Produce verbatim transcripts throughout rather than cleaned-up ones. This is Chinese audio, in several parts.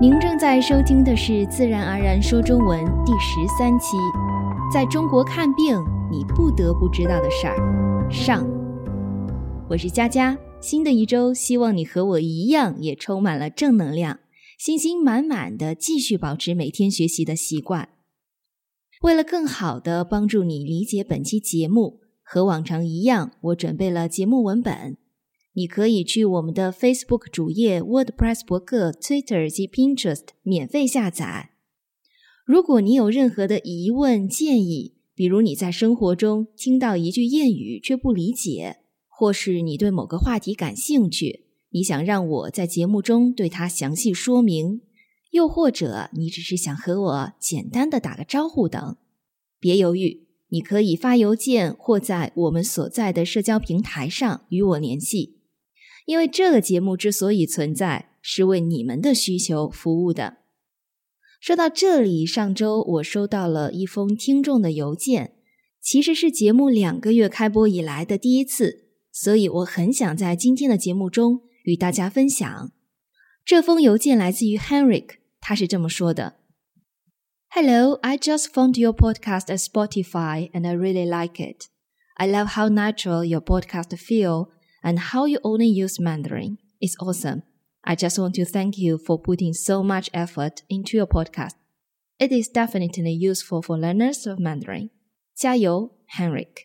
您正在收听的是自然而然说中文第十三期，在中国看病你不得不知道的事儿上。我是佳佳，新的一周希望你和我一样也充满了正能量，信心满满的继续保持每天学习的习惯。为了更好的帮助你理解本期节目，和往常一样，我准备了节目文本。你可以去我们的 Facebook 主页、WordPress 博客、Twitter 及 Pinterest 免费下载。如果你有任何的疑问建议，比如你在生活中听到一句谚语却不理解，或是你对某个话题感兴趣，你想让我在节目中对它详细说明，又或者你只是想和我简单的打个招呼等，别犹豫，你可以发邮件或在我们所在的社交平台上与我联系。因为这个节目之所以存在，是为你们的需求服务的。说到这里，上周我收到了一封听众的邮件，其实是节目两个月开播以来的第一次，所以我很想在今天的节目中与大家分享。这封邮件来自于 Henrik， 他是这么说的。Hello, I just found your podcast at Spotify and I really like it. I love how natural your podcast feel and how you only use Mandarin. It's awesome. I just want to thank you for putting so much effort into your podcast. It is definitely useful for learners of Mandarin. 加油 Henrik.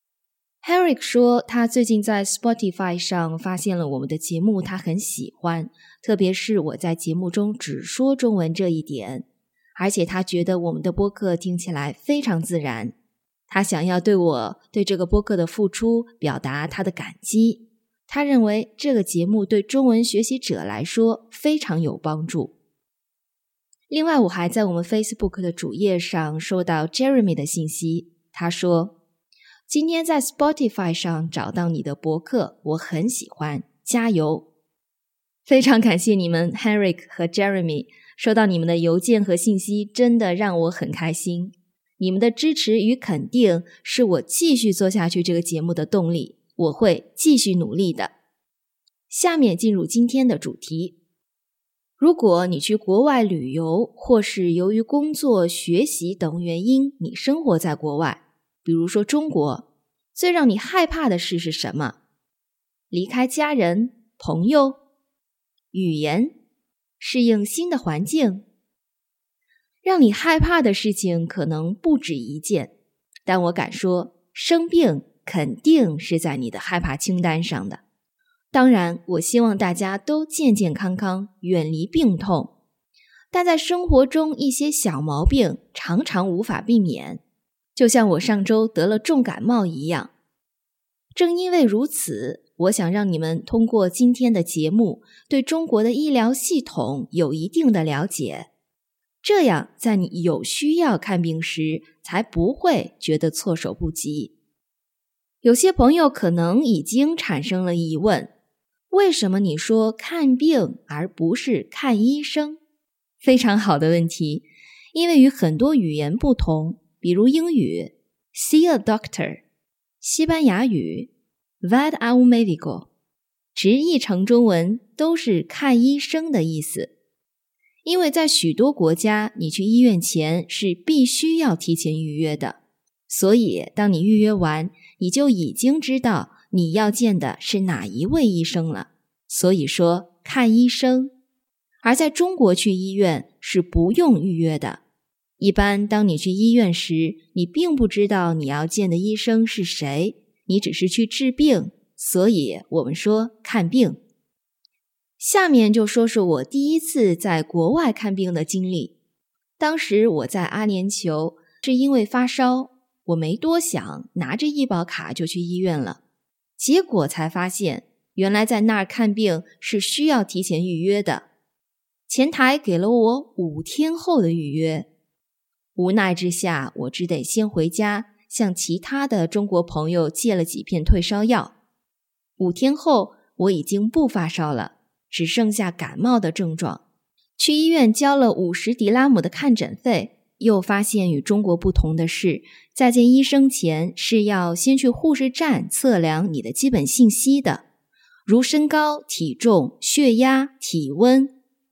Henrik 说他最近在 Spotify 上发现了我们的节目，他很喜欢，特别是我在节目中只说中文这一点，而且他觉得我们的播客听起来非常自然。他想要对我对这个播客的付出表达他的感激，他认为这个节目对中文学习者来说非常有帮助。另外我还在我们 Facebook 的主页上收到 Jeremy 的信息，他说今天在 Spotify 上找到你的播客，我很喜欢，加油。非常感谢你们 Henrik 和 Jeremy， 收到你们的邮件和信息真的让我很开心。你们的支持与肯定是我继续做下去这个节目的动力，我会继续努力的。下面进入今天的主题。如果你去国外旅游，或是由于工作、学习等原因，你生活在国外，比如说中国，最让你害怕的事是什么？离开家人、朋友、语言、适应新的环境。让你害怕的事情可能不止一件，但我敢说，生病肯定是在你的害怕清单上的。当然，我希望大家都健健康康，远离病痛。但在生活中，一些小毛病常常无法避免，就像我上周得了重感冒一样。正因为如此，我想让你们通过今天的节目，对中国的医疗系统有一定的了解。这样在你有需要看病时才不会觉得措手不及。有些朋友可能已经产生了疑问，为什么你说看病而不是看医生？非常好的问题，因为与很多语言不同，比如英语 see a doctor， 西班牙语 vad a un médico， 直译成中文都是看医生的意思。因为在许多国家，你去医院前是必须要提前预约的，所以当你预约完，你就已经知道你要见的是哪一位医生了。所以说看医生。而在中国去医院是不用预约的。一般当你去医院时，你并不知道你要见的医生是谁，你只是去治病，所以我们说看病。下面就说说我第一次在国外看病的经历。当时我在阿联酋，是因为发烧，我没多想，拿着医保卡就去医院了。结果才发现，原来在那儿看病是需要提前预约的。前台给了我五天后的预约。无奈之下，我只得先回家，向其他的中国朋友借了几片退烧药。五天后，我已经不发烧了。只剩下感冒的症状，去医院交了五十迪拉姆的看诊费，又发现与中国不同的是，在见医生前是要先去护士站测量你的基本信息的，如身高、体重、血压、体温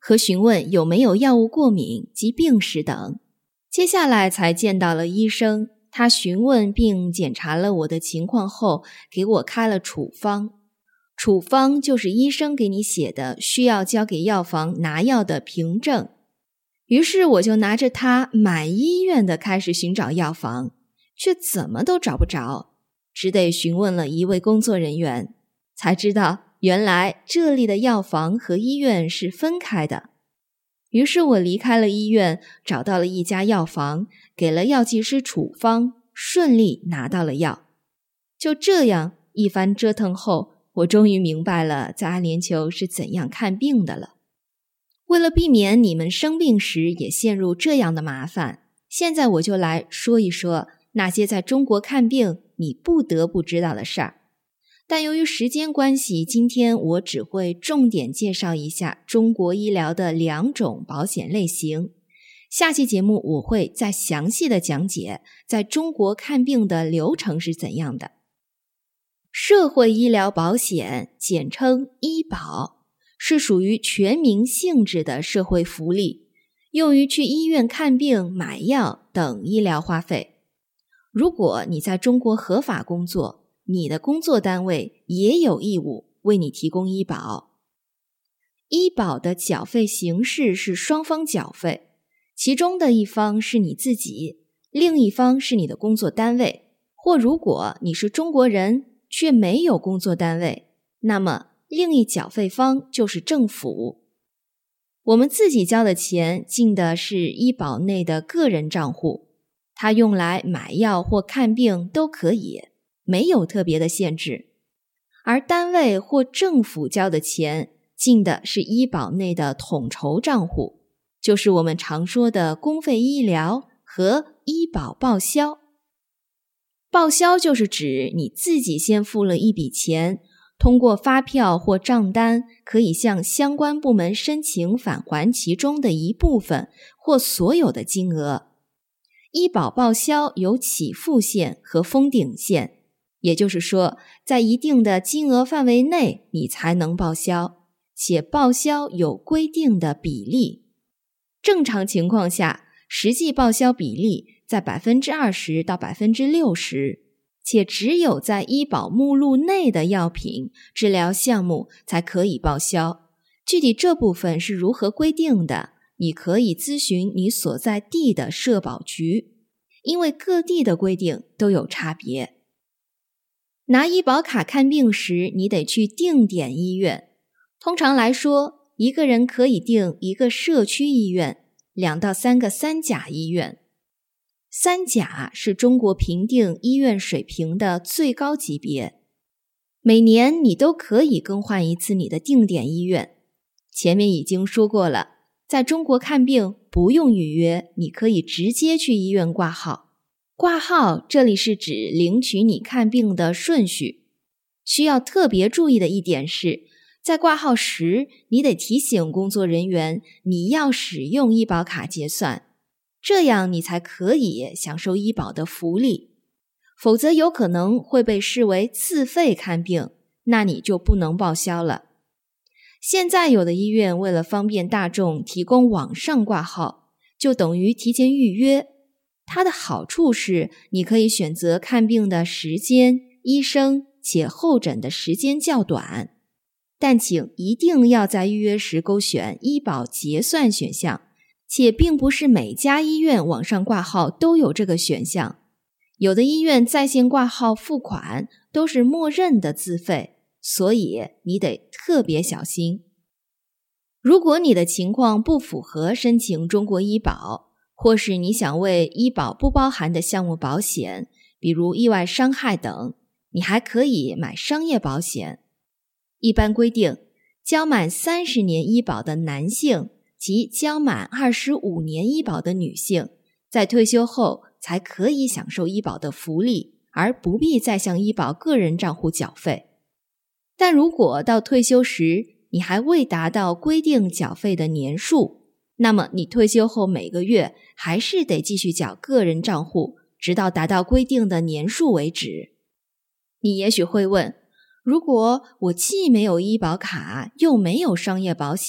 和询问有没有药物过敏及病史等。接下来才见到了医生，他询问并检查了我的情况后，给我开了处方。处方就是医生给你写的需要交给药房拿药的凭证。于是我就拿着它满医院的开始寻找药房，却怎么都找不着，只得询问了一位工作人员，才知道原来这里的药房和医院是分开的。于是我离开了医院，找到了一家药房，给了药剂师处方，顺利拿到了药。就这样一番折腾后，我终于明白了在阿联酋是怎样看病的了。为了避免你们生病时也陷入这样的麻烦，现在我就来说一说那些在中国看病你不得不知道的事儿。但由于时间关系，今天我只会重点介绍一下中国医疗的两种保险类型。下期节目我会再详细的讲解在中国看病的流程是怎样的。社会医疗保险，简称医保，是属于全民性质的社会福利，用于去医院看病、买药等医疗花费。如果你在中国合法工作，你的工作单位也有义务为你提供医保。医保的缴费形式是双方缴费，其中的一方是你自己，另一方是你的工作单位，或如果你是中国人却没有工作单位，那么另一缴费方就是政府。我们自己交的钱进的是医保内的个人账户，它用来买药或看病都可以，没有特别的限制。而单位或政府交的钱进的是医保内的统筹账户，就是我们常说的公费医疗和医保报销。报销就是指你自己先付了一笔钱，通过发票或账单可以向相关部门申请返还其中的一部分或所有的金额。医保报销有起付线和封顶线，也就是说在一定的金额范围内你才能报销，且报销有规定的比例。正常情况下，实际报销比例在 百分之二十 到 百分之六十， 且只有在医保目录内的药品、治疗项目才可以报销。具体这部分是如何规定的，你可以咨询你所在地的社保局，因为各地的规定都有差别。拿医保卡看病时，你得去定点医院。通常来说，一个人可以订一个社区医院，两到三个三甲医院。三甲是中国评定医院水平的最高级别，每年你都可以更换一次你的定点医院。前面已经说过了，在中国看病不用预约，你可以直接去医院挂号。挂号这里是指领取你看病的顺序。需要特别注意的一点是，在挂号时，你得提醒工作人员你要使用医保卡结算，这样你才可以享受医保的福利。否则有可能会被视为自费看病，那你就不能报销了。现在有的医院为了方便大众提供网上挂号，就等于提前预约。它的好处是你可以选择看病的时间、医生，且候诊的时间较短。但请一定要在预约时勾选医保结算选项，且并不是每家医院网上挂号都有这个选项。有的医院在线挂号付款都是默认的自费，所以你得特别小心。如果你的情况不符合申请中国医保，或是你想为医保不包含的项目保险，比如意外伤害等，你还可以买商业保险。一般规定，交满三十年医保的男性及交满二十五年医保的女性，在退休后才可以享受医保的福利，而不必再向医保个人账户缴费。但如果到退休时你还未达到规定缴费的年数，那么你退休后每个月还是得继续缴个人账户，直到达到规定的年数为止。你也许会问，如果我既没有医保卡又没有商业保险，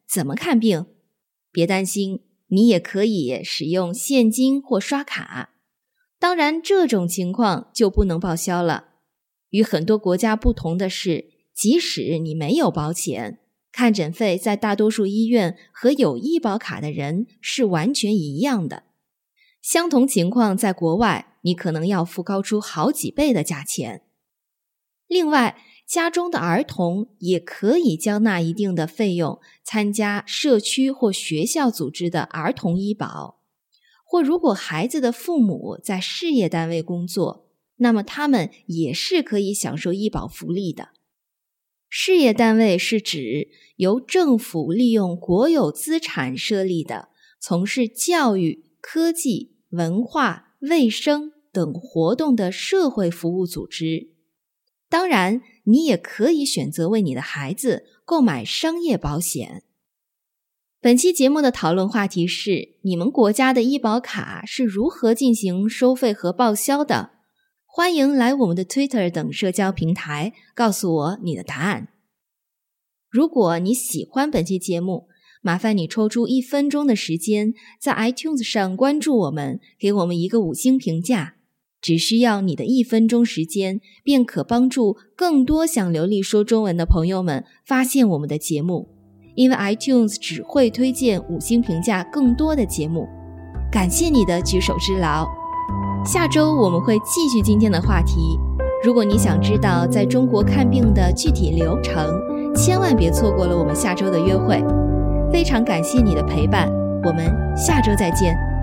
怎么看病？别担心，你也可以使用现金或刷卡。当然，这种情况就不能报销了。与很多国家不同的是，即使你没有保险，看诊费在大多数医院和有医保卡的人是完全一样的。相同情况在国外，你可能要付高出好几倍的价钱。另外，家中的儿童也可以交纳一定的费用，参加社区或学校组织的儿童医保。或如果孩子的父母在事业单位工作，那么他们也是可以享受医保福利的。事业单位是指由政府利用国有资产设立的，从事教育、科技、文化、卫生等活动的社会服务组织。当然，你也可以选择为你的孩子购买商业保险。本期节目的讨论话题是：你们国家的医保卡是如何进行收费和报销的？欢迎来我们的 Twitter 等社交平台告诉我你的答案。如果你喜欢本期节目，麻烦你抽出一分钟的时间，在 iTunes 上关注我们，给我们一个五星评价。只需要你的一分钟时间，便可帮助更多想流利说中文的朋友们发现我们的节目。因为 iTunes 只会推荐五星评价更多的节目。感谢你的举手之劳。下周我们会继续今天的话题。如果你想知道在中国看病的具体流程，千万别错过了我们下周的约会。非常感谢你的陪伴，我们下周再见。